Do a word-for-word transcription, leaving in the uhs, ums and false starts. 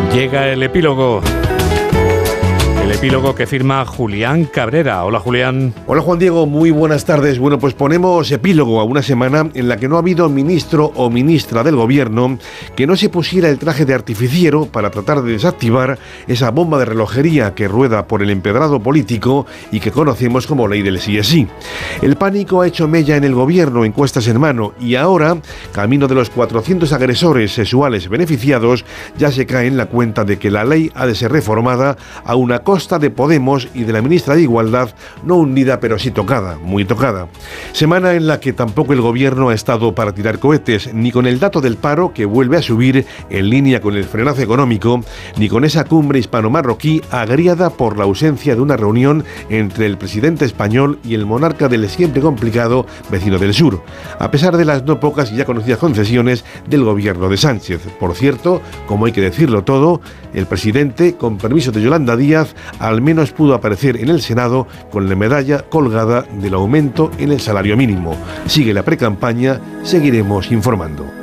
Llega el epílogo. El epílogo que firma Julián Cabrera. Hola, Julián. Hola, Juan Diego. Muy buenas tardes. Bueno, pues ponemos epílogo a una semana en la que no ha habido ministro o ministra del gobierno que no se pusiera el traje de artificiero para tratar de desactivar esa bomba de relojería que rueda por el empedrado político y que conocemos como ley del sí es sí. El pánico ha hecho mella en el gobierno, encuestas en mano, y ahora, camino de los cuatrocientos agresores sexuales beneficiados, ya se cae en la cuenta de que la ley ha de ser reformada a una costa de Podemos y de la ministra de Igualdad, no hundida pero sí tocada, muy tocada. Semana en la que tampoco el gobierno ha estado para tirar cohetes, ni con el dato del paro que vuelve a subir en línea con el frenazo económico, ni con esa cumbre hispano-marroquí agriada por la ausencia de una reunión entre el presidente español y el monarca del siempre complicado vecino del sur, a pesar de las no pocas y ya conocidas concesiones del gobierno de Sánchez. Por cierto, como hay que decirlo todo, el presidente, con permiso de Yolanda Díaz, al menos pudo aparecer en el Senado con la medalla colgada del aumento en el salario mínimo. Sigue la precampaña, seguiremos informando.